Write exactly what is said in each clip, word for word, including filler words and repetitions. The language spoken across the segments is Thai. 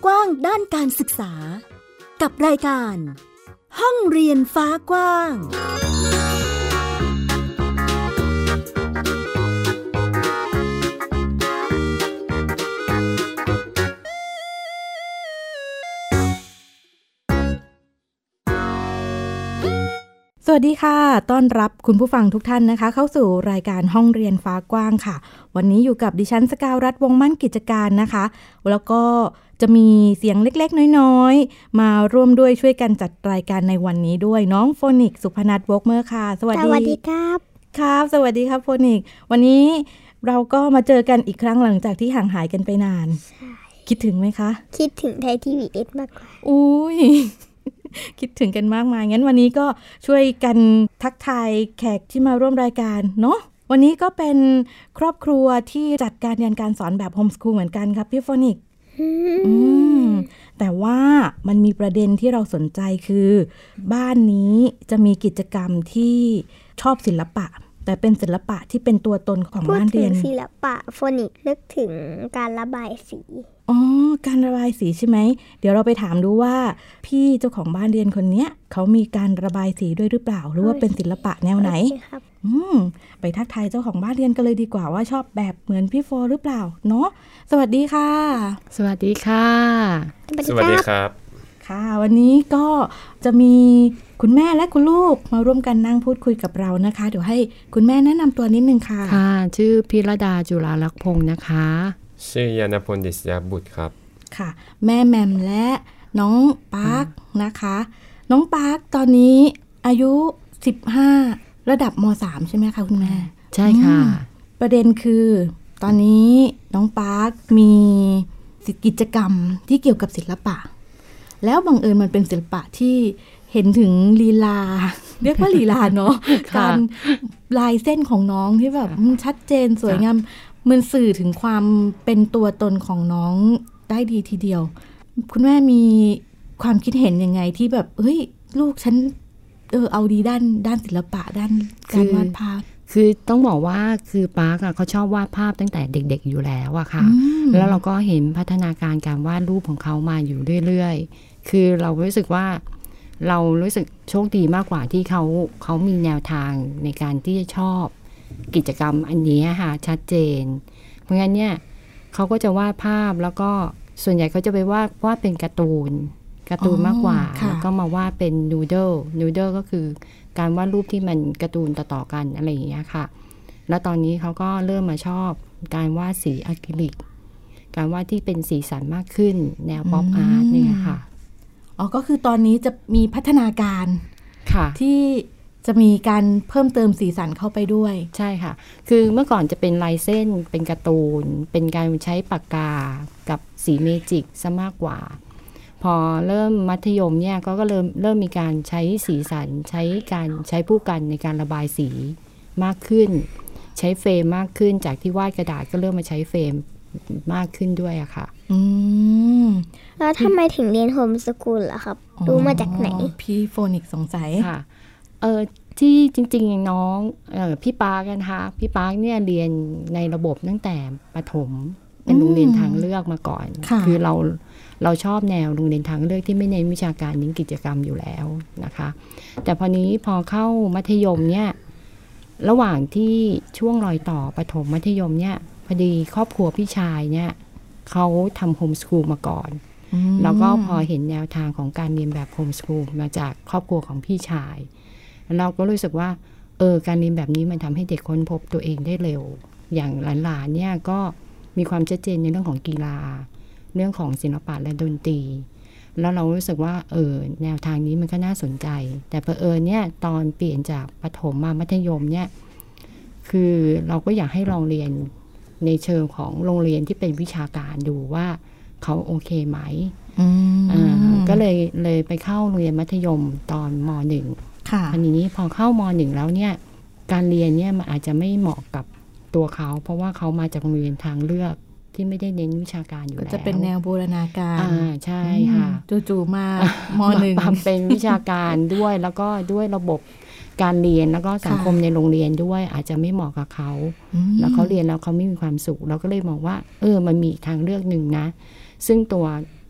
ากว้างด้านการศึกษากับรายการห้องเรียนฟ้ากว้างสวัสดีค่ะต้อนรับคุณผู้ฟังทุกท่านนะคะเข้าสู่รายการห้องเรียนฟ้ากว้างค่ะวันนี้อยู่กับดิฉันสกาวรัตน์วงมั่นกิจการนะคะแล้วก็จะมีเสียงเล็กๆน้อยๆมาร่วมด้วยช่วยกันจัดรายการในวันนี้ด้วยน้องโฟนิกสุพนัทวอกเมอร์ค่ะสวัสดีสวัสดีครับครับสวัสดีครับโฟนิกวันนี้เราก็มาเจอกันอีกครั้งหลังจากที่ห่างหายกันไปนานใช่คิดถึงไหมคะคิดถึงไทยทีวีเอสมากกว่าอุ้ยคิดถึงกันมากมายงั้นวันนี้ก็ช่วยกันทักทายแขกที่มาร่วมรายการเนาะวันนี้ก็เป็นครอบครัวที่จัดการเรียนการสอนแบบโฮมสคูลเหมือนกันครับพี่โฟนิกอืมแต่ว่ามันมีประเด็นที่เราสนใจคือบ้านนี้จะมีกิจกรรมที่ชอบศิลปะแต่เป็นศิลปะที่เป็นตัวตนของบ้านเรียนพูดถึงศิลปะโฟนิกนึกถึงการระบายสีอ๋อการระบายสีใช่ไหมเดี๋ยวเราไปถามดูว่าพี่เจ้าของบ้านเรียนคนนี้เขามีการระบายสีด้วยหรือเปล่าหรือว่าเป็นศิลปะแนวไหนอืมไปทักทายเจ้าของบ้านเรียนกันเลยดีกว่าว่าชอบแบบเหมือนพี่โฟหรือเปล่าเนาะสวัสดีค่ะสวัสดีค่ะสวัสดีครับค่ะวันนี้ก็จะมีคุณแม่และคุณลูกมาร่วมกันนั่งพูดคุยกับเรานะคะเดี๋ยวให้คุณแม่แนะนำตัวนิดนึงค่ะค่ะชื่อพิรดาจุฬาลักษณ์พงศ์นะคะชื่อยานพลดิษยบุตรครับค่ะแม่แมมและน้องปาร์คนะคะน้องปาร์คตอนนี้อายุสิบห้าระดับม.สาม ใช่ไหมคะคุณแม่ใช่ค่ะประเด็นคือตอนนี้น้องปาร์คมีกิจกรรมที่เกี่ยวกับศิลปะแล้วบังเอิญมันเป็นศิลปะที่เห็นถึงลีลาเรียกว่าลีลาเนาะ การลายเส้นของน้องที่แบบชัดเจนสวยงามมันสื่อถึงความเป็นตัวตนของน้องได้ดีทีเดียวคุณแม่มีความคิดเห็นยังไงที่แบบเฮ้ยลูกฉันเออเอาดีด้านด้านศิลปะด้านการวาดภาพคือต้องบอกว่าคือปาร์คเขาชอบวาดภาพตั้งแต่เด็กๆอยู่แล้วอะค่ะแล้วเราก็เห็นพัฒนาการการวาดรูปของเขามาอยู่เรื่อยๆคือเรารู้สึกว่าเรารู้สึกโชคดีมากกว่าที่เขาเขามีแนวทางในการที่จะชอบกิจกรรมอันนี้ค่ะชัดเจนเพราะงั้นเนี่ยเขาก็จะวาดภาพแล้วก็ส่วนใหญ่เขาจะไปวาดวาดเป็นการ์ตูนการ์ตูนมากกว่าแล้วก็มาวาดเป็นนูโดลนูโดลก็คือการวาดรูปที่มันการ์ตูนต่อๆกันอะไรอย่างเงี้ยค่ะแล้วตอนนี้เขาก็เริ่มมาชอบการวาดสีอะคริลิกการวาดที่เป็นสีสันมากขึ้นแนวป๊อปอาร์ตเนี่ยค่ะอ๋อก็คือตอนนี้จะมีพัฒนาการค่ะที่จะมีการเพิ่มเติมสีสันเข้าไปด้วยใช่ค่ะคือเมื่อก่อนจะเป็นลายเส้นเป็นการ์ตูนเป็นการใช้ปากกากับสีเมจิกซะมากกว่าพอเริ่มมัธยมเนี่ยก็เริ่มเริ่มมีการใช้สีสันใช้การใช้ผู้กันในการระบายสีมากขึ้นใช้เฟรมมากขึ้นจากที่วาดกระดาษก็เริ่มมาใช้เฟรมมากขึ้นด้วยอะค่ะอืมแล้วทำไมถึงเรียนโฮมสคูลล่ะครับรู้มาจากไหนพี่โฟนิกสงสัยค่ะเออที่จริงๆน้องเออพี่ปาร์คนะคะพี่ปาร์คเนี่ยเรียนในระบบตั้งแต่ประถมเป็นโรงเรียนทางเลือกมาก่อนคือเราเราชอบแนวโรงเรียนทางเลือกที่ไม่เน้นวิชาการเน้นกิจกรรมอยู่แล้วนะคะแต่พอนี้พอเข้ามัธยมเนี่ยระหว่างที่ช่วงรอยต่อประถมมัธยมเนี่ยพอดีครอบครัวพี่ชายเนี่ยเขาทำโฮมสคูลมาก่อนแล้วก็พอเห็นแนวทางของการเรียนแบบโฮมสคูลมาจากครอบครัวของพี่ชายเราก็รู้สึกว่าเออการเรียนแบบนี้มันทำให้เด็กค้นพบตัวเองได้เร็วอย่างหลานๆเนี่ยก็มีความชัดเจนในเรื่องของกีฬาเรื่องของศิลปะและดนตรีแล้วเรารู้สึกว่าเออแนวทางนี้มันก็น่าสนใจแต่เผอิญเนี่ยตอนเปลี่ยนจากประถมมามัธยมเนี่ยคือเราก็อยากให้ลองเรียนในเชิงของโรงเรียนที่เป็นวิชาการดูว่าเขาโอเคไหมอ่าก็เลยเลยไปเข้าโรงเรียนมัธยมตอนม.หนึ่ง ค่ะอันนี้พอเข้าม.หนึ่ง แล้วเนี่ยการเรียนเนี่ยมันอาจจะไม่เหมาะกับตัวเขาเพราะว่าเขามาจากโรงเรียนทางเลือกที่ไม่ได้เน้นวิชาการอยู่แล้วก็จะเป็นแนวบูรณาการอ่าใช่ค่ะจู่ๆมาม.หนึ่งเป็นวิชาการด้วยแล้วก็ด้วยระบบการเรียนแล้วก็สังคมในโรงเรียนด้วยอาจจะไม่เหมาะกับเขาแล้วเขาเรียนแล้วเขาไม่มีความสุขเราก็เลยมองว่าเออมันมีทางเลือกหนึ่งนะซึ่งตัว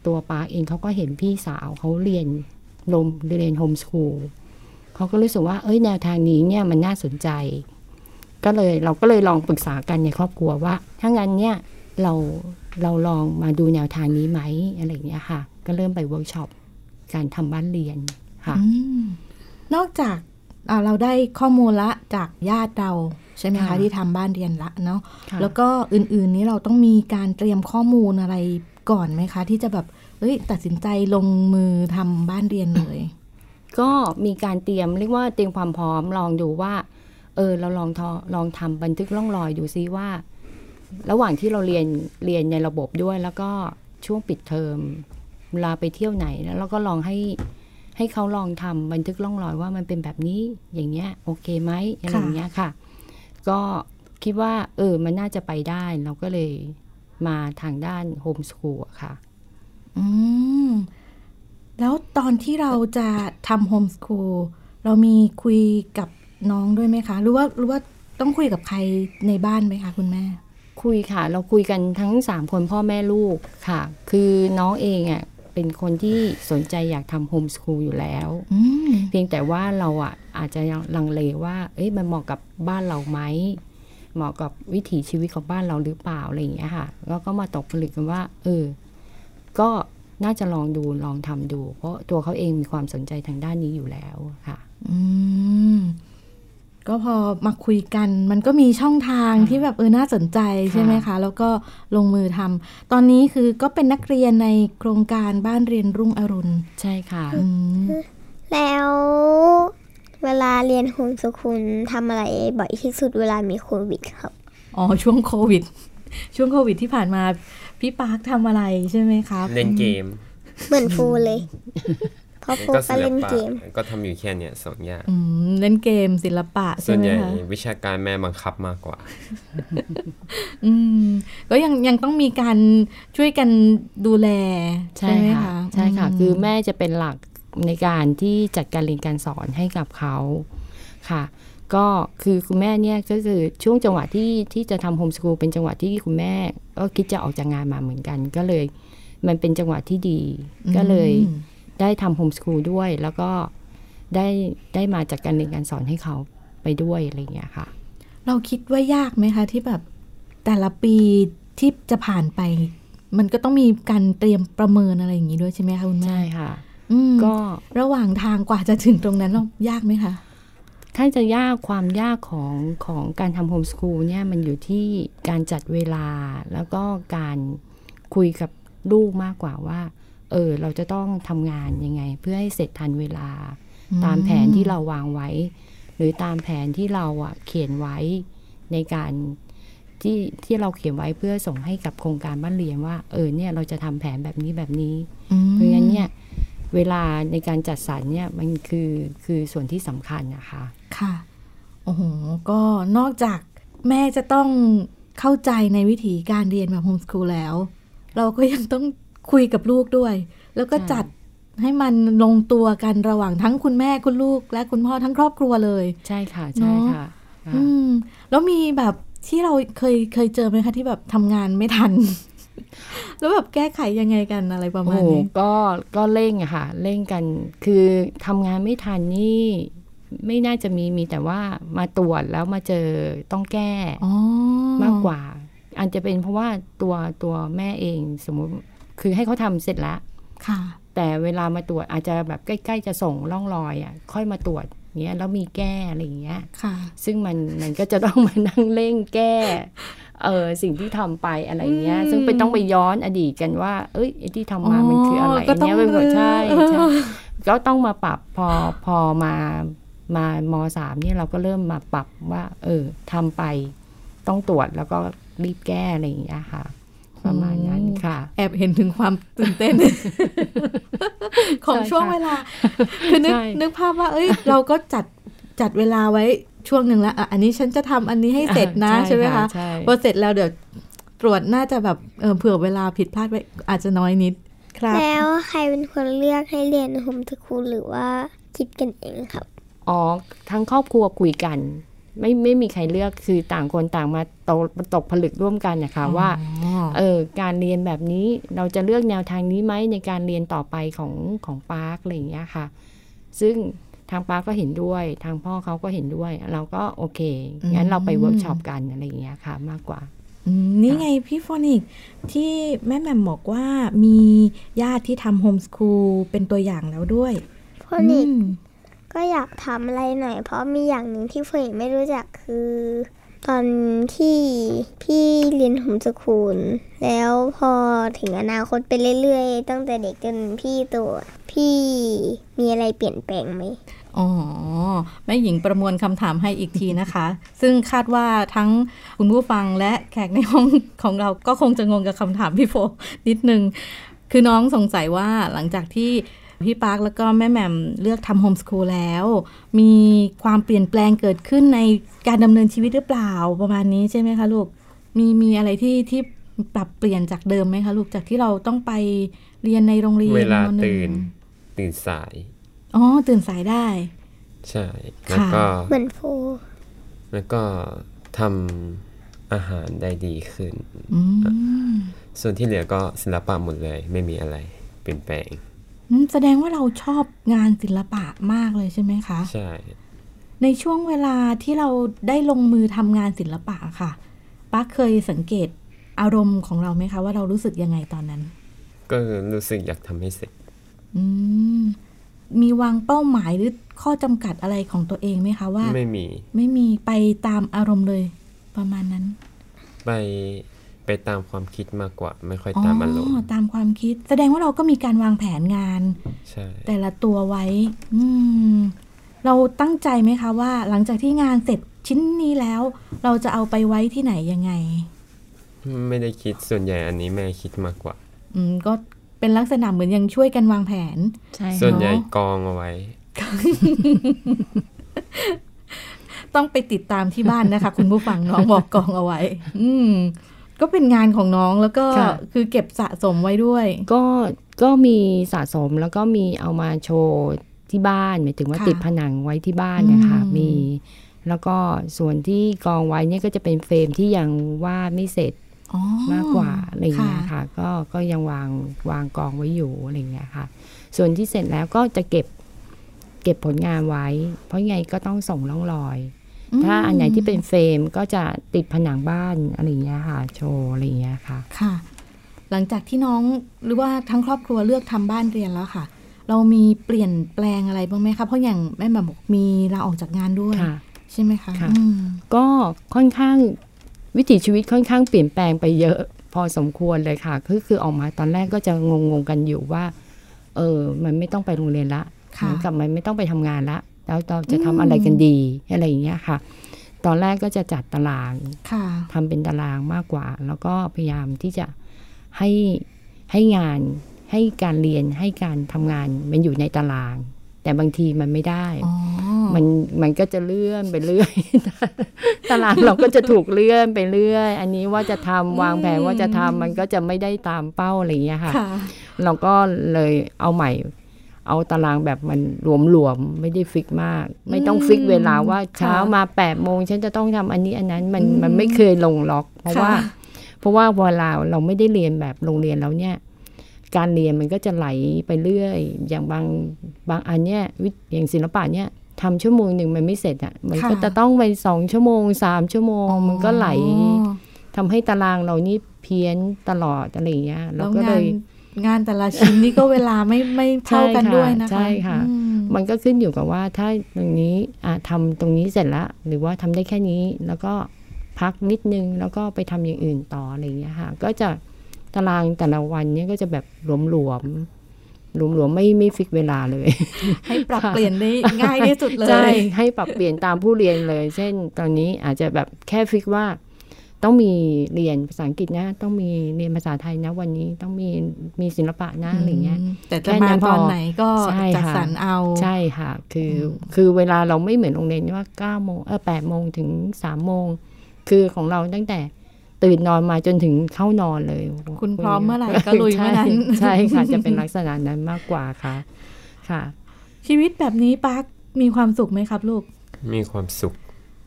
ตัวปาร์คเองเขาก็เห็นพี่สาวเขาเรียนลมเรียนโฮมสคูลเขาก็รู้สึกว่าเอ้ยแนวทางนี้เนี่ยมันน่าสนใจก็เลยเราก็เลยลองปรึกษากันในครอบครัวว่าถ้างั้นเนี่ยเราเราลองมาดูแนวทางนี้ไหมอะไรอย่างเงี้ยค่ะก็เริ่มไปเวิร์กช็อปการทำบ้านเรียนค่ะนอกจากเราได้ข้อมูลละจากญาติเราใช่ไหมคะที่ทำบ้านเรียนละเนาะแล้วก็อื่นๆนี้เราต้องมีการเตรียมข้อมูลอะไรก่อนไหมคะที่จะแบบเอ้ยตัดสินใจลงมือทำบ้านเรียนเลยก็มีการเตรียมเรียกว่าเตรียมความพร้อมลองดูว่าเออเราลองลองทำบันทึกร่องรอยดูซิว่าระหว่างที่เราเรียนเรียนในระบบด้วยแล้วก็ช่วงปิดเทอมเวลาไปเที่ยวไหนแล้วเราก็ลองให้ให้เขาลองทำบันทึกร่องรอยว่ามันเป็นแบบนี้อย่างเงี้ยโอเคไหมอะไรอย่างเงี้ยค่ะก็คิดว่าเออมันน่าจะไปได้เราก็เลยมาทางด้านโฮมสคูลค่ะอืมแล้วตอนที่เราจะทำโฮมสคูลเรามีคุยกับน้องด้วยไหมคะหรือว่าหรือว่าต้องคุยกับใครในบ้านไหมคะคุณแม่คุยค่ะเราคุยกันทั้งสามคนพ่อแม่ลูกค่ะคือน้องเองอ่ะเป็นคนที่สนใจอยากทำโฮมสคูลอยู่แล้วเพียงแต่ว่าเราอ่ะอาจจะยังลังเลว่าเอ้ยมันเหมาะกับบ้านเราไหมเหมาะกับวิถีชีวิตของบ้านเราหรือเปล่าอะไรอย่างเงี้ยค่ะแล้วก็มาตกผลึกกันว่าเออก็น่าจะลองดูลองทำดูเพราะตัวเขาเองมีความสนใจทางด้านนี้อยู่แล้วค่ะอืมก็พอมาคุยกันมันก็มีช่องทางที่แบบเออน่าสนใจใช่ไหมคะแล้วก็ลงมือทำตอนนี้คือก็เป็นนักเรียนในโครงการบ้านเรียนรุ่งอรุณใช่ค่ะแล้วเวลาเรียนโฮมสคูลทำอะไรบ่อยที่สุดเวลามีโควิดครับอ๋อช่วงโควิดช่วงโควิดที่ผ่านมาพี่ปาร์คทำอะไรใช่ไหมครับเล่นเกมเหมือนฟูเลยเพราะฟูก็เล่นเกมก็ทำอยู่แค่เนี้ยสองอย่างเล่นเกมศิลปะใช่ไหมคะส่วนใหญ่วิชาการแม่บังคับมากกว่าอืมก็ยังยังต้องมีการช่วยกันดูแลใช่ไหมคะใช่ค่ะคือแม่จะเป็นหลักในการที่จัดการเรียนการสอนให้กับเขาค่ะก็คือคุณแม่เนี่ยก็คือช่วงจังหวะที่ที่จะทำโฮมสคูลเป็นจังหวะที่คุณแม่ก็คิดจะออกจากงานมาเหมือนกันก็เลยมันเป็นจังหวะที่ดีก็เลยได้ทำโฮมสคูลด้วยแล้วก็ได้ได้มาจัดการเรียนการสอนให้เขาไปด้วยอะไรอย่างเงี้ยค่ะเราคิดว่ายากไหมคะที่แบบแต่ละปีที่จะผ่านไปมันก็ต้องมีการเตรียมประเมินอะไรอย่างนี้ด้วยใช่ไหมคะคุณแม่ใช่ค่ะก็ระหว่างทางกว่าจะถึงตรงนั้นเรายากไหมคะถ้าจะยากความยากของของการทำโฮมสคูลเนี่ยมันอยู่ที่การจัดเวลาแล้วก็การคุยกับลูกมากกว่าว่าเออเราจะต้องทำงานยังไงเพื่อให้เสร็จทันเวลาตามแผนที่เราวางไว้หรือตามแผนที่เราอ่ะเขียนไว้ในการที่ที่เราเขียนไว้เพื่อส่งให้กับโครงการบ้านเรียนว่าเออเนี่ยเราจะทำแผนแบบนี้แบบนี้เพราะฉะนั้นเนี่ยเวลาในการจัดสรรเนี่ยมันคือคือส่วนที่สำคัญนะคะค่ะโอ้โหก็นอกจากแม่จะต้องเข้าใจในวิธีการเรียนแบบโฮมสคูลแล้วเราก็ยังต้องคุยกับลูกด้วยแล้วก็จัดให้มันลงตัวกันระหว่างทั้งคุณแม่คุณลูกและคุณพ่อทั้งครอบครัวเลยใช่ค่ะใช่ค่ะอืมแล้วมีแบบที่เราเคยเคยเจอไหมคะที่แบบทำงานไม่ทัน แล้วแบบแก้ไขยังไงกันอะไรประมาณนี้ก็ก็เร่งอะค่ะเร่งกันคือทำงานไม่ทันนี่ไม่น่าจะมีมีแต่ว่ามาตรวจแล้วมาเจอต้องแก้มากกว่าอาจจะเป็นเพราะว่าตัวตัวแม่เองสมมติคือให้เขาทำเสร็จแล้วค่ะแต่เวลามาตรวจอาจจะแบบใกล้ๆจะส่งร่องรอยอ่ะค่อยมาตรวจเงี้ยแล้วมีแก้อะไรอย่างเงี้ยซึ่งมันมันก็จะต้องมานั่งเร่งแก้เออสิ่งที่ทำไปอะไรเงี้ยซึ่งเป็นต้องไปย้อนอดีตกันว่าเอ้ยที่ทำมามันคืออะไรเนี้ยเป็นหมดใช่ใช่ก็ต้องมาปรับพอพอมามามสามเนี่ยเราก็เริ่มมาปรับว่าเออทำไปต้องตรวจแล้วก็รีบแก้อะไรอย่างเงี้ยค่ะประมาณนั้นค่ะแอบเห็นถึงความตื่นเต้น ของช่วงเวลาคือนึกนึกภาพว่าเอ้ยเราก็จัดจัดเวลาไว้ช่วงหนึ่งแล้วอันนี้ฉันจะทำอันนี้ให้เสร็จนะใช่ไหมคะพอเสร็จแล้วเดี๋ยวตรวจน่าจะแบบเออเผื่อเวลาผิดพลาดไว้อาจจะน้อยนิดครับแล้วใครเป็นคนเลือกให้เรียนโฮมสคูลหรือว่าคิดกันเองครับอ๋อทั้งครอบครัวคุยกันไม่ไม่มีใครเลือกคือต่างคนต่างมาตกตกผลึกร่วมกันนะคะว่าเออการเรียนแบบนี้เราจะเลือกแนวทางนี้ไหมในการเรียนต่อไปของของปาร์คอะไรอย่างเงี้ยค่ะซึ่งทางปาร์คก็เห็นด้วยทางพ่อเขาก็เห็นด้วยเราก็โอเคงั้นเราไปเวิร์กช็อปกันอะไรอย่างเงี้ยค่ะมากกว่านี่ไงพี่โฟนิกที่แม่แหม่มบอกว่ามีญาติที่ทำโฮมสคูลเป็นตัวอย่างแล้วด้วยโฟนิกก็อยากทำอะไรหน่อยเพราะมีอย่างหนึ่งที่โฟนิกไม่รู้จักคือตอนที่พี่เรียนโฮมสคูลแล้วพอถึงอนาคตไปเรื่อยๆตั้งแต่เด็กจนพี่โตพี่มีอะไรเปลี่ยนแปลงไหมอ๋อแม่หญิงประมวลคำถามให้อีกทีนะคะ ซึ่งคาดว่าทั้งคุณผู้ฟังและแขกในห้องของเราก็คงจะงงกับคำถามพี่โฟนิดนึงคือน้องสงสัยว่าหลังจากที่พี่ปาร์คแล้วก็แม่แหม่มเลือกทำโฮมสคูลแล้วมีความเปลี่ยนแปลงเกิดขึ้นในการดำเนินชีวิตหรือเปล่าประมาณนี้ใช่ไหมคะลูกมีมีอะไรที่ที่ปรับเปลี่ยนจากเดิมไหมคะลูกจากที่เราต้องไปเรียนในโรงเรียนเวลาตื่นตื่นสายอ๋อตื่นสายได้ใช่แล้วก็เหมือนโฟแล้วก็ทำอาหารได้ดีขึ้นส่วนที่เหลือก็ศิลปะหมดเลยไม่มีอะไรเปลี่ยนแปลงแสดงว่าเราชอบงานศิลปะมากเลยใช่ไหมคะใช่ในช่วงเวลาที่เราได้ลงมือทำงานศิลปะค่ะป้าเคยสังเกตอารมณ์ของเราไหมคะว่าเรารู้สึกยังไงตอนนั้นก็รู้สึกอยากทำให้เสร็จอืมมีวางเป้าหมายหรือข้อจำกัดอะไรของตัวเองไหมคะว่าไม่มีไม่มีไปตามอารมณ์เลยประมาณนั้นไปไปตามความคิดมากกว่าไม่ค่อยตามอารมณ์ตามความคิดแสดงว่าเราก็มีการวางแผนงานใช่แต่ละตัวไว้อืมเราตั้งใจไหมคะว่าหลังจากที่งานเสร็จชิ้นนี้แล้วเราจะเอาไปไว้ที่ไหนยังไงไม่ได้คิดส่วนใหญ่อันนี้แม่คิดมากกว่าอืมก็เป็นลักษณะเหมือนยังช่วยกันวางแผนใช่ส่วนใหญ่กองเอาไว้ต้องไปติดตามที่บ้านนะคะ คุณผู้ฟังน้องบอกกองเอาไว้อืมก็เป็นงานของน้องแล้วก็คือเก็บสะสมไว้ด้วยก็ก็มีสะสมแล้วก็มีเอามาโชว์ที่บ้านหมายถึงว่าติดผนังไว้ที่บ้านนะคะมีแล้วก็ส่วนที่กองไว้เนี่ยก็จะเป็นเฟรมที่ยังวาดไม่เสร็จมากกว่าอะไรเงี้ยค่ะก็ก็ยังวางวางกองไว้อยู่อะไรเงี้ยค่ะส่วนที่เสร็จแล้วก็จะเก็บเก็บผลงานไว้เพราะไงก็ต้องส่งร่องรอยถ้าอันไหนที่เป็นเฟรมก็จะติดผนังบ้านอะไรเงี้ยค่ะโชว์อะไรเงี้ยค่ะค่ะหลังจากที่น้องหรือว่าทั้งครอบครัวเลือกทำบ้านเรียนแล้วค่ะเรามีเปลี่ยนแปลงอะไรบ้างไหมคะเพราะอย่างแม่บอกมีลาออกจากงานด้วยใช่ไหมคะก็ค่อนข้างวิถีชีวิตค่อนข้างเปลี่ยนแปลงไปเยอะพอสมควรเลยค่ะคือคือออกมาตอนแรกก็จะงงๆกันอยู่ว่าเออมันไม่ต้องไปโรงเรียนละเหมือนกับมันไม่ต้องไปทำงานละแล้วเราจะทำอะไรกันดีอะไรอย่างเงี้ยค่ะตอนแรกก็จะจัดตารางทำเป็นตารางมากกว่าแล้วก็พยายามที่จะให้ให้งานให้การเรียนให้การทำงานมันอยู่ในตารางแต่บางทีมันไม่ได้มันมันก็จะเลื่อนไปเรื่อยตารางเราก็จะถูกเลื่อนไปเรื่อยอันนี้ว่าจะทำวางแผนว่าจะทำมันก็จะไม่ได้ตามเป้าอะไรอย่างเงี้ยค่ะเราก็เลยเอาใหม่เอาตารางแบบมันหลวมๆไม่ได้ฟิกมากไม่ต้องฟิกเวลาว่าเช้ามาแปดโมงฉันจะต้องทำอันนี้อันนั้นมันมันไม่เคยลงล็อกเพราะว่าเพราะว่าเวลาเราไม่ได้เรียนแบบโรงเรียนแล้วเนี่ยการเรียนมันก็จะไหลไปเรื่อยอย่างบางบางอันเนี่ยอย่างศิลปะเนี่ยทำชั่วโมงหนึ่งมันไม่เสร็จอ่ะมันก็จะต้องไปสองชั่วโมงสามชั่วโมงมันก็ไหลทำให้ตารางเรานี่เพี้ยนตลอดอะไรอย่างเงี้ยเราก็เลยงานแต่ละชิ้นนี่ก็เวลาไม่ไม่เท่ากันด้วยนะคะใช่ค่ะมันก็ขึ้นอยู่กับว่าถ้าตรงนี้อ่ะทำตรงนี้เสร็จแล้วหรือว่าทำได้แค่นี้แล้วก็พักนิดนึงแล้วก็ไปทำอย่างอื่นต่ออะไรอย่างเงี้ยค่ะก็จะตารางแต่ละวันนี้ก็จะแบบหลวมหลวมหลวมหลวมไม่ไม่ฟิกเวลาเลยให้ปรับเปลี่ยนได้ง่ายที่สุดเลยใช่ให้ปรับเปลี่ยนตามผู้เรียนเลยเช่นตอนนี้อาจจะแบบแค่ฟิกว่าต้องมีเรียนภาษาอังกฤษนะต้องมีเรียนภาษาไทยนะวันนี้ต้องมีมีศิลปะนะอะไรเงี้ยแต่จะมาตอนไหนก็จัดสรรเอาใช่ค่ะคือคือเวลาเราไม่เหมือนโรงเรียนว่าเก้าโมงเออแปดโมงถึงสามโมงคือของเราตั้งแต่ตื่นนอนมาจนถึงเข้านอนเลยคุณพร้อมเมื่อไหร่ก็ลุยเมื่อนั้นใช่ค่ะจะเป็นลักษณะนั้นมากกว่าค่ะค่ะชีวิตแบบนี้ปาร์คมีความสุขไหมครับลูกมีความสุข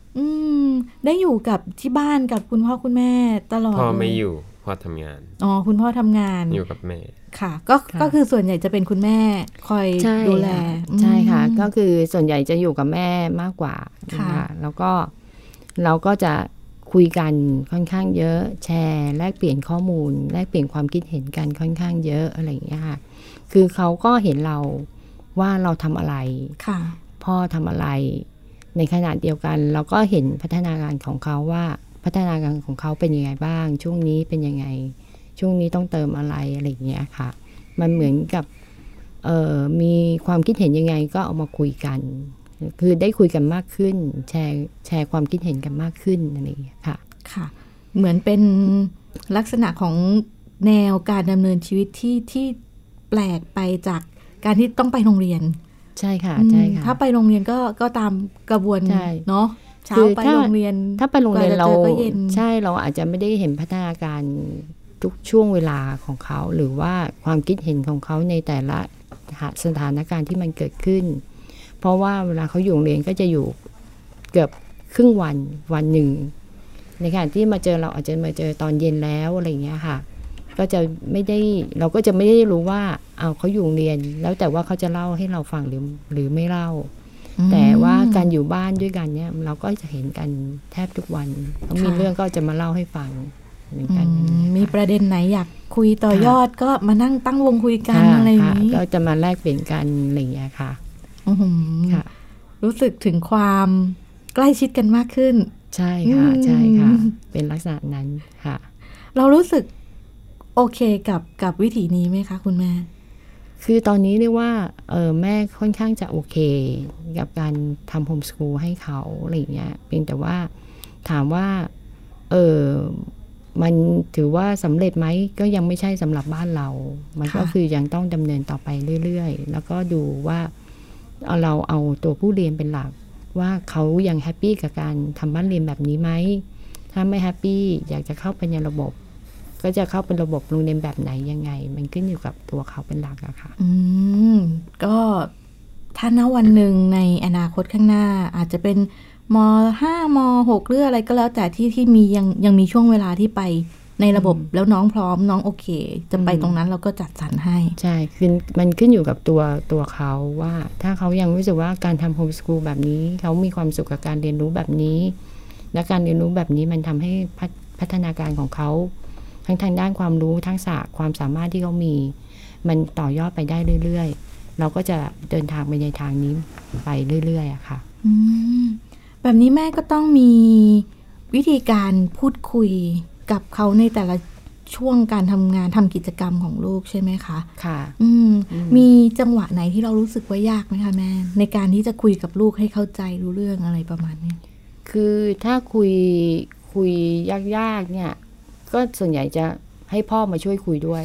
อืมได้อยู่กับที่บ้านกับคุณพ่อคุณแม่ตลอดพ่อไม่อยู่พ่อทำงานอ๋อคุณพ่อทำงานอยู่กับแม่ค่ะก็ก็คือส่วนใหญ่จะเป็นคุณแม่คอยดูแลใช่ค่ะก็คือส่วนใหญ่จะอยู่กับแม่มากกว่าค่ะแล้วก็เราก็จะคุยกันค่อนข้างเยอะแชร์แลกเปลี่ยนข้อมูลแลกเปลี่ยนความคิดเห็นกันค่อนข้างเยอะอะไรอย่างเงี้ยค่ะคือเขาก็เห็นเราว่าเราทำอะไรพ่อทำอะไรในขณะเดียวกันเราก็เห็นพัฒนาการของเขาว่าพัฒนาการของเขาเป็นยังไงบ้างช่วงนี้เป็นยังไงช่วงนี้ต้องเติมอะไรอะไรอย่างเงี้ยค่ะมันเหมือนกับเอ่อมีความคิดเห็นยังไงก็เอามาคุยกันคือได้คุยกันมากขึ้นแชร์แชร์ความคิดเห็นกันมากขึ้นอะไรอย่างเงี้ยค่ะค่ะเหมือนเป็นลักษณะของแนวการดำเนินชีวิตที่ที่แปลกไปจากการที่ต้องไปโรงเรียนใช่ค่ะใช่ค่ะถ้าไปโรงเรียนก็ก็ตามกระบวนเนาะเช้าไปโรงเรียนถ้าไปโรงเรียนเราใช่เราอาจจะไม่ได้เห็นพัฒนาการทุกช่วงเวลาของเขาหรือว่าความคิดเห็นของเขาในแต่ละสถานการณ์ที่มันเกิดขึ้นเพราะว่าเวลาเขาอยู่โรงเรียนก็จะอยู่เกือบครึ่งวันวันหนึ่งในขณะที่มาเจอเราอาจจะมาเจอตอนเย็นแล้วอะไรอย่างเงี้ยค่ะก็จะไม่ได้เราก็จะไม่ได้รู้ว่าเอาเขาอยู่โรงเรียนแล้วแต่ว่าเขาจะเล่าให้เราฟังหรือหรือไม่เล่าแต่ว่าการอยู่บ้านด้วยกันเนี่ยเราก็จะเห็นกันแทบทุกวันเขามีเรื่องก็จะมาเล่าให้ฟังเหมือนกันมีประเด็นไหนอยากคุยต่อยอดก็มานั่งตั้งวงคุยกันอะไรอย่างนี้ก็จะมาแลกเปลี่ยนกันอะไรอย่างเงี้ยค่ะรู้สึกถึงความใกล้ชิดกันมากขึ้นใช่ค่ะใช่ค่ะเป็นลักษณะนั้นค่ะเรารู้สึกโอเคกับกับวิถีนี้ไหมคะคุณแม่คือตอนนี้เรียกว่าเออแม่ค่อนข้างจะโอเคกับการทำโฮมสคูลให้เขาอะไรอย่างเงี้ยเพียงแต่ว่าถามว่าเออมันถือว่าสำเร็จไหมก็ยังไม่ใช่สำหรับบ้านเรามันก็คือยังต้องดำเนินต่อไปเรื่อยๆแล้วก็ดูว่าเอาเราเอาตัวผู้เรียนเป็นหลักว่าเขายังแฮปปี้กับการทำบ้านเรียนแบบนี้ไหมถ้าไม่แฮปปี้อยากจะเข้าไปในระบบก็จะเข้าเป็นระบบโรงเรียนแบบไหนยังไงมันขึ้นอยู่กับตัวเขาเป็นหลักอะค่ะอืมก็ถ้าณวันหนึ่งในอนาคตข้างหน้าอาจจะเป็นม.ห้าม หก หรืออะไรก็แล้วแต่ที่ที่มียังยังมีช่วงเวลาที่ไปในระบบแล้วน้องพร้อมน้องโอเคจะไปตรงนั้นเราก็จัดสรรให้ใช่คือมันขึ้นอยู่กับตัวตัวเขาว่าถ้าเขายังรู้สึกว่าการทำโฮมสคูลแบบนี้เขามีความสุขกับการเรียนรู้แบบนี้และการเรียนรู้แบบนี้มันทำให้พัฒนาการของเขาทั้งทางด้านความรู้ทักษะความสามารถที่เขามีมันต่อยอดไปได้เรื่อยๆเราก็จะเดินทางไปในทางนี้ไปเรื่อยๆอะค่ะแบบนี้แม่ก็ต้องมีวิธีการพูดคุยกับเขาในแต่ละช่วงการทำงานทำกิจกรรมของลูกใช่ไหมคะค่ะอืมมีจังหวะไหนที่เรารู้สึกว่ายากไหมคะแม่ในการที่จะคุยกับลูกให้เข้าใจรู้เรื่องอะไรประมาณนี้คือถ้าคุยคุยยากๆเนี่ยก็ส่วนใหญ่จะให้พ่อมาช่วยคุยด้วย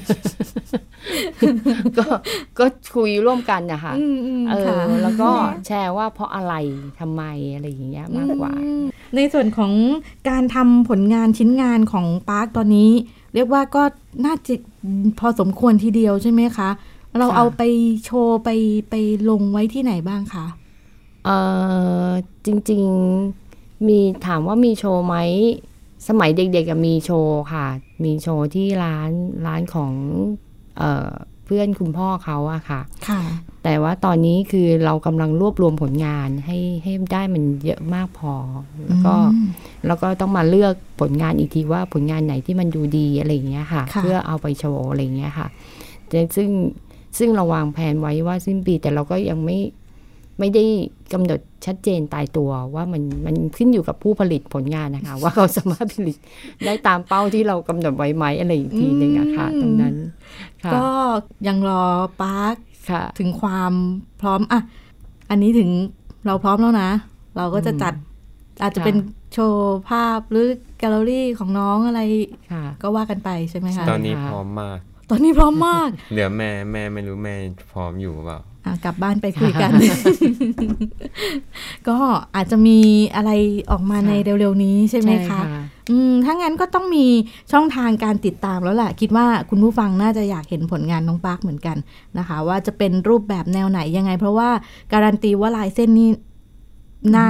ก็ก็คุยร่วมกันนะคะเออแล้วก็แชร์ว่าเพราะอะไรทำไมอะไรอย่างเงี้ยมากกว่าในส่วนของการทำผลงานชิ้นงานของปาร์คตอนนี้เรียกว่าก็น่าจะพอสมควรทีเดียวใช่ไหมคะเราเอาไปโชว์ไปไปลงไว้ที่ไหนบ้างคะเออจริงๆมีถามว่ามีโชว์ไหมสมัยเด็กๆมีโชว์ค่ะมีโชว์ที่ร้านร้านของเอ่อเพื่อนคุณพ่อเขาอะค่ะค่ะแต่ว่าตอนนี้คือเรากำลังรวบรวมผลงานให้ให้ได้มันเยอะมากพอแล้วก็แล้วก็ต้องมาเลือกผลงานอีกทีว่าผลงานไหนที่มันดูดีอะไรอย่างเงี้ยค่ะเพื่อเอาไปโชว์อะไรอย่างเงี้ยค่ะซึ่งซึ่งเราวางแผนไว้ว่าสิ้นปีแต่เราก็ยังไม่ไม่ได้กำหนดชัดเจนตายตัวว่ามันมันขึ้นอยู่กับผู้ผลิตผลงานนะคะว่าเขาสามารถผลิตได้ตามเป้าที่เรากำหนดไว้ไหมอะไรอีกทีหนึ่งอะค่ะตรงนั้นก็ยังรอปาร์คถึงความพร้อมอ่ะอันนี้ถึงเราพร้อมแล้วนะเราก็จะจัดอาจจะเป็นโชว์ภาพหรือแกลเลอรี่ของน้องอะไรก็ว่ากันไปใช่ไหมคะตอนนี้พร้อมมากตอนนี้พร้อมมากเหลือแม่แม่ไม่รู้แม่พร้อมอยู่เปล่ากลับบ้านไปคุยกัน ก็อาจจะมีอะไรออกมาในเร็วๆนี้ใช่ไหมคะอืมถ้างั้นก็ต้องมีช่องทางการติดตามแล้วแหละคิดว่าคุณผู้ฟังน่าจะอยากเห็นผลงานน้องปาร์คเหมือนกันนะคะว่าจะเป็นรูปแบบแนวไหนยังไงเพราะว่าการันตีว่าลายเส้นนี้น่า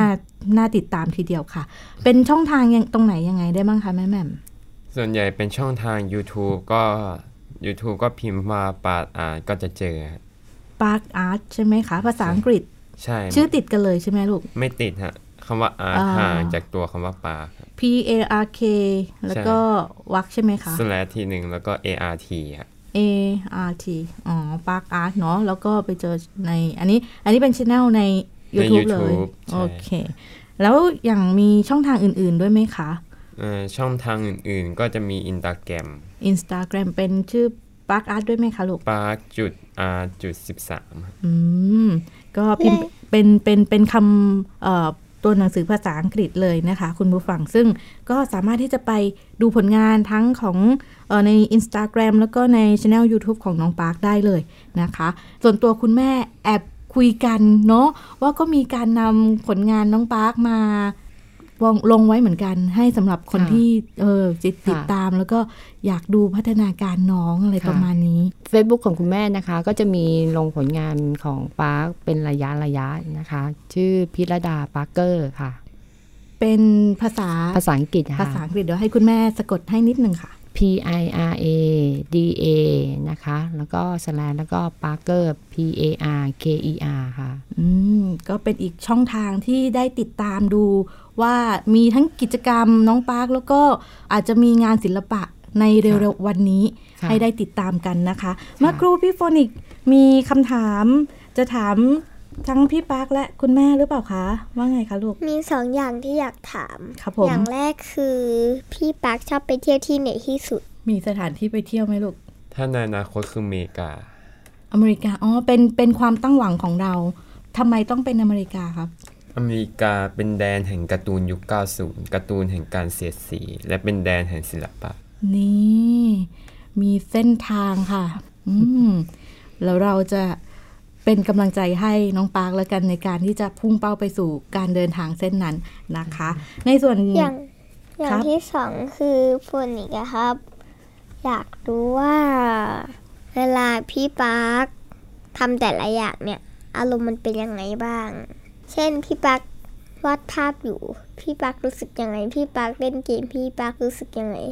น่าติดตามทีเดียวค่ะเป็นช่องทางยังตรงไหนยังไงได้บ้างคะแม่แหม่มส่วนใหญ่เป็นช่องทาง YouTube ก็ YouTube ก็พิมพ์มาปาร์คอาร์ตก็จะเจอ Park Art ใช่ไหมคะภาษาอังกฤษใช่ชื่อติดกันเลยใช่ไหมลูกไม่ติดฮะคำว่า Art ห่างจากตัวคำว่า Park P A R K แล้วก็วรรคใช่ไหมคะ slash ทีหนึ่งแล้วก็ A R T ครับ A R T อ๋อ Park Art เนาะแล้วก็ไปเจอในอันนี้อันนี้เป็น channel ใน YouTube เลยโอเคแล้วอย่างมีช่องทางอื่นๆด้วยไหมคะช่องทางอื่นๆก็จะมี Instagram Instagram เป็นชื่อ Park Art ด้วยไหมคะลูก Park จุด Art จุดสิบสามอืมก็พิมพ์เป็นเป็นเป็นคำเอ่อตัวหนังสือภาษาอังกฤษเลยนะคะคุณผู้ฟังซึ่งก็สามารถที่จะไปดูผลงานทั้งของเอ่อใน Instagram แล้วก็ใน Channel YouTube ของน้อง Park ได้เลยนะคะส่วนตัวคุณแม่แอบคุยกันเนาะว่าก็มีการนำผลงานน้อง Park มาลงไว้เหมือนกันให้สำหรับคนที่เออติดตามแล้วก็อยากดูพัฒนาการน้องอะไรประมาณนี้ Facebook ของคุณแม่นะคะก็จะมีลงผลงานของปาร์คเป็นระยะระยะนะคะชื่อพิรดาปาร์เกอร์ค่ะเป็นภาษาภาษาอังกฤษค่ะภาษาอังกฤษเดี๋ยวให้คุณแม่สะกดให้นิดนึงค่ะ P I R A D A นะคะแล้วก็สแลนแล้วก็ Parker P A R K E R ค่ะอืมก็เป็นอีกช่องทางที่ได้ติดตามดูว่ามีทั้งกิจกรรมน้องปาร์คแล้วก็อาจจะมีงานศิลปะในเร็วๆวันนี้ให้ได้ติดตามกันนะคะเมื่อครูพี่โฟนิกมีคำถามจะถามทั้งพี่ปาร์คและคุณแม่หรือเปล่าคะว่าไงคะลูกมีสองอย่างที่อยากถามครับผมอย่างแรกคือพี่ปาร์คชอบไปเที่ยวที่ไหนที่สุดมีสถานที่ไปเที่ยวไหมลูกถ้าในอนาคตคืออเมริกาอเมริกาอ๋อเป็นเป็นความตั้งหวังของเราทำไมต้องเป็นอเมริกาครับอเมริกาเป็นแดนแห่งการ์ตูนยุคเก้าสิบการ์ตูนแห่งการเสียดสีและเป็นแดนแห่งศิลปะนี่มีเส้นทางค่ะอืมแล้วเราจะเป็นกำลังใจให้น้องปาร์คแล้วกันในการที่จะพุ่งเป้าไปสู่การเดินทางเส้นนั้นนะคะในส่วนอย่างอย่างที่สองคือโฟนิกครับอยากรู้ว่าเวลาพี่ปาร์คทำแต่ละอย่างเนี่ยอารมณ์มันเป็นยังไงบ้างเช่นพี่ปาร์ควาดภาพอยู่พี่ปาร์ครู้สึกยังไงพี่ปาร์คเล่นเกมพี่ปาร์ครู้สึกยังไง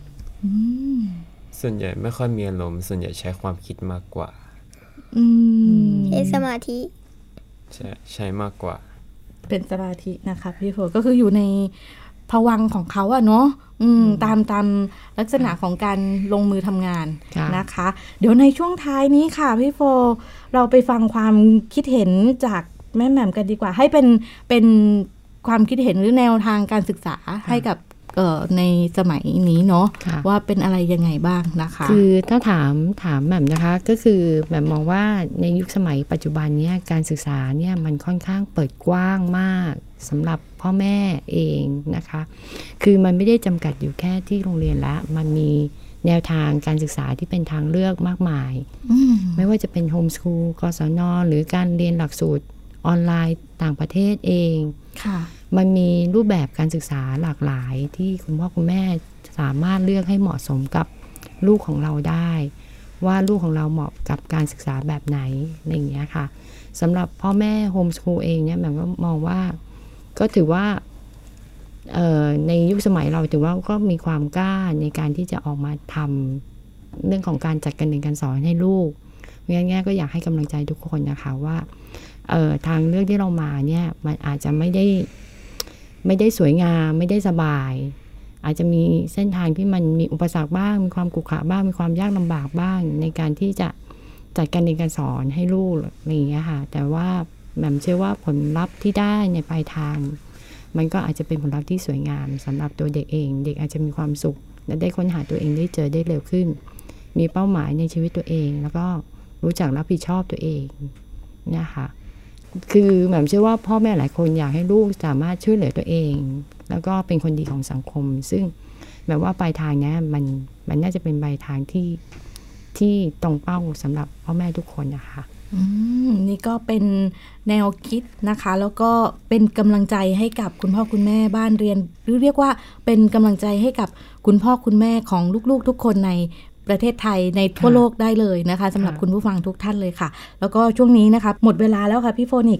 ส่วนใหญ่ไม่ค่อยมีอารมณ์ส่วนใหญ่ใช้ความคิดมากกว่าใช้สมาธิใช่ใช้มากกว่าเป็นสมาธินะคะพี่โฟก็คืออยู่ในภวังค์ของเขาอะเนาะตามตามลักษณะของการลงมือทำงานนะคะเดี๋ยวในช่วงท้ายนี้ค่ะพี่โฟเราไปฟังความคิดเห็นจากแม่แหม่มกันดีกว่าให้เป็นเป็นความคิดเห็นหรือแนวทางการศึกษาให้กับในสมัยนี้เนาะว่าเป็นอะไรยังไงบ้างนะคะคือถ้าถามถามแหม่มนะคะก็คือแหม่มมองว่าในยุคสมัยปัจจุบันนี้การศึกษาเนี่ยมันค่อนข้างเปิดกว้างมากสำหรับพ่อแม่เองนะคะคือมันไม่ได้จำกัดอยู่แค่ที่โรงเรียนละมันมีแนวทางการศึกษาที่เป็นทางเลือกมากมายไม่ว่าจะเป็นโฮมสคูลกศน.หรือการเรียนหลักสูตรออนไลน์ต่างประเทศเองมันมีรูปแบบการศึกษาหลากหลายที่คุณพ่อคุณแม่สามารถเลือกให้เหมาะสมกับลูกของเราได้ว่าลูกของเราเหมาะกับการศึกษาแบบไหนอะไรอย่างเงี้ยค่ะสำหรับพ่อแม่โฮมสคูลเองเนี่ยแบบว่ามองว่าก็ถือว่าในยุคสมัยเราถือว่าก็มีความกล้าในการที่จะออกมาทำเรื่องของการจัดการเรียนการสอนให้ลูกงั้นๆก็อยากให้กำลังใจทุกคนนะคะว่าทางเลือกที่เรามาเนี่ยมันอาจจะไม่ได้ไม่ได้สวยงามไม่ได้สบายอาจจะมีเส้นทางที่มันมีอุปสรรคบ้างมีความขรุขระบ้างมีความยากลำบากบ้างในการที่จะจัดการเรียนการสอนให้ลูกอะไรอย่างเงี้ยค่ะแต่ว่าแหม่มเชื่อว่าผลลัพธ์ที่ได้ในปลายทางมันก็อาจจะเป็นผลลัพธ์ที่สวยงามสำหรับตัวเด็กเองเด็กอาจจะมีความสุขและได้ค้นหาตัวเองได้เจอได้เร็วขึ้นมีเป้าหมายในชีวิตตัวเองแล้วก็รู้จักรับผิดชอบตัวเองนะคะคือแหม่มเชื่อว่าพ่อแม่หลายคนอยากให้ลูกสามารถช่วยเหลือตัวเองแล้วก็เป็นคนดีของสังคมซึ่งแบบว่าปลายทางนี้มันมันน่าจะเป็นปลายทางที่ที่ตรงเป้าสำหรับพ่อแม่ทุกคนนะคะอืมนี่ก็เป็นแนวคิดนะคะแล้วก็เป็นกำลังใจให้กับคุณพ่อคุณแม่บ้านเรียนหรือเรียกว่าเป็นกำลังใจให้กับคุณพ่อคุณแม่ของลูกๆทุกคนในประเทศไทยในทั่วโลกได้เลยนะคะสำหรับคุณผู้ฟังทุกท่านเลยค่ะแล้วก็ช่วงนี้นะคะหมดเวลาแล้วค่ะพี่โฟนิก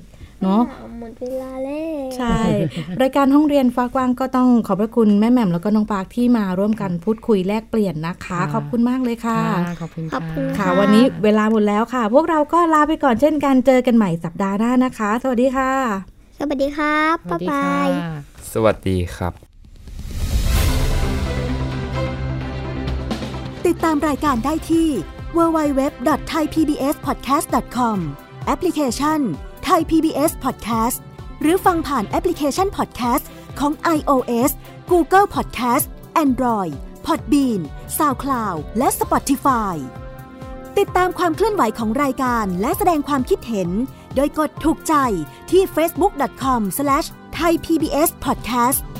เนาะหมดเวลาแล้วใช่รายการห้องเรียนฟ้ากว้างก็ต้องขอบพระคุณแม่แหม่มแล้วก็น้องปาร์คที่มาร่วมกันพูดคุยแลกเปลี่ยนนะคะขอบคุณมากเลยค่ะขอบคุณค่ะวันนี้เวลาหมดแล้วค่ะพวกเราก็ลาไปก่อนเช่นกันเจอกันใหม่สัปดาห์หน้านะคะสวัสดีค่ะสวัสดีครับบ๊ายบายสวัสดีครับติดตามรายการได้ที่ ดับเบิลยู ดับเบิลยู ดับเบิลยู ดอท ไทย พี บี เอส พอดแคสต์ ดอท คอม แอปพลิเคชัน Thai พี บี เอส Podcast หรือฟังผ่านแอปพลิเคชัน Podcast ของ iOS Google Podcast Android Podbean SoundCloud และ Spotify ติดตามความเคลื่อนไหวของรายการและแสดงความคิดเห็นโดยกดถูกใจที่ เฟซบุ๊ก ดอท คอม สแลช ไทย พี บี เอส พอดแคสต์